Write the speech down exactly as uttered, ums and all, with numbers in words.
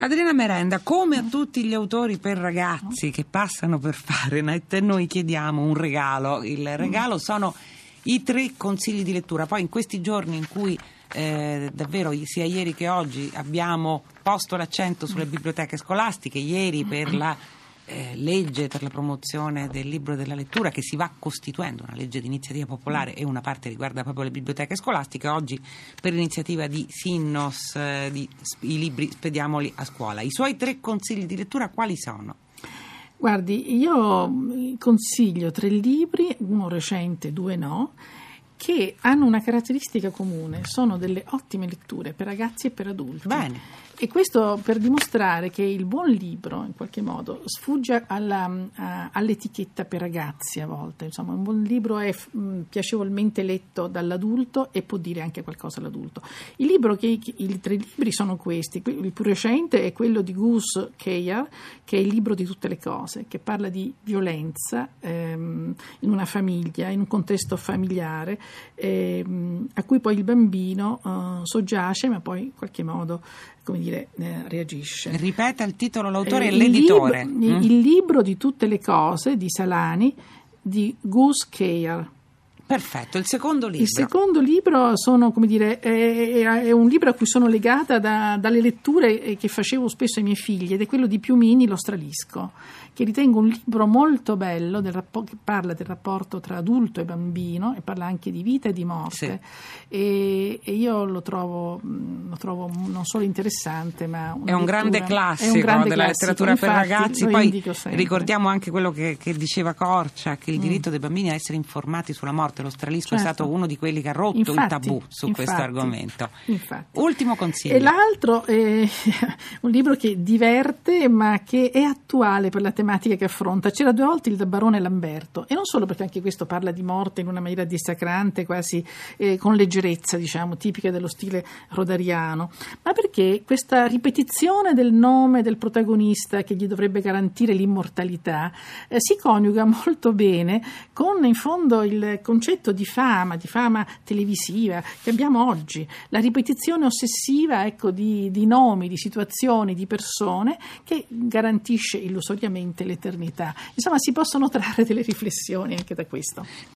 Adriana Merenda, come a tutti gli autori per ragazzi che passano per Fahrenheit, noi chiediamo un regalo. Il regalo sono i tre consigli di lettura. Poi in questi giorni in cui eh, davvero sia ieri che oggi abbiamo posto l'accento sulle biblioteche scolastiche, ieri per la eh, legge per la promozione del libro e della lettura che si va costituendo, una legge di iniziativa popolare, e una parte riguarda proprio le biblioteche scolastiche. Oggi per l'iniziativa di Sinnos eh, di, i libri spediamoli a scuola. I suoi tre consigli di lettura quali sono? Guardi, io consiglio tre libri, uno recente, due no, che hanno una caratteristica comune: sono delle ottime letture per ragazzi e per adulti. Bene. E questo per dimostrare che il buon libro, in qualche modo, sfugge alla, a, all'etichetta per ragazzi a volte. Insomma, un buon libro è mh, piacevolmente letto dall'adulto e può dire anche qualcosa all'adulto. Il libro che, I tre libri sono questi. Il più recente è quello di Gus Kayer, che è il libro di tutte le cose, che parla di violenza ehm, in una famiglia, in un contesto familiare, ehm, a cui poi il bambino eh, soggiace, ma poi in qualche modo, come dire, eh, reagisce. Ripeta il titolo, l'autore eh, e l'editore. Il libro, mm. il libro di tutte le cose di Salani, di Gus Kayer. Perfetto, il secondo libro. Il secondo libro sono, come dire, è, è un libro a cui sono legata da, dalle letture che facevo spesso ai miei figli, ed è quello di Piumini, Lo Stralisco, che ritengo un libro molto bello del rappo- che parla del rapporto tra adulto e bambino e parla anche di vita e di morte. Sì. E, e io lo trovo, lo trovo non solo interessante, ma una è un grande lettura, classico è un grande della classico. letteratura Infatti, per ragazzi. Poi ricordiamo anche quello che, che diceva Corcia, che il mm. diritto dei bambini a essere informati sulla morte. Lo Stralisco certo. è stato uno di quelli che ha rotto infatti, il tabù su infatti, questo argomento. Infatti. Ultimo consiglio. E l'altro è un libro che diverte, ma che è attuale per la tematica che affronta. C'era due volte il Barone Lamberto, e non solo perché anche questo parla di morte in una maniera dissacrante, quasi eh, con leggerezza, diciamo, tipica dello stile rodariano, ma perché questa ripetizione del nome del protagonista che gli dovrebbe garantire l'immortalità eh, si coniuga molto bene con, in fondo, il concetto di fama, di fama televisiva che abbiamo oggi, la ripetizione ossessiva, ecco, di, di nomi, di situazioni, di persone, che garantisce illusoriamente l'eternità. Insomma, si possono trarre delle riflessioni anche da questo.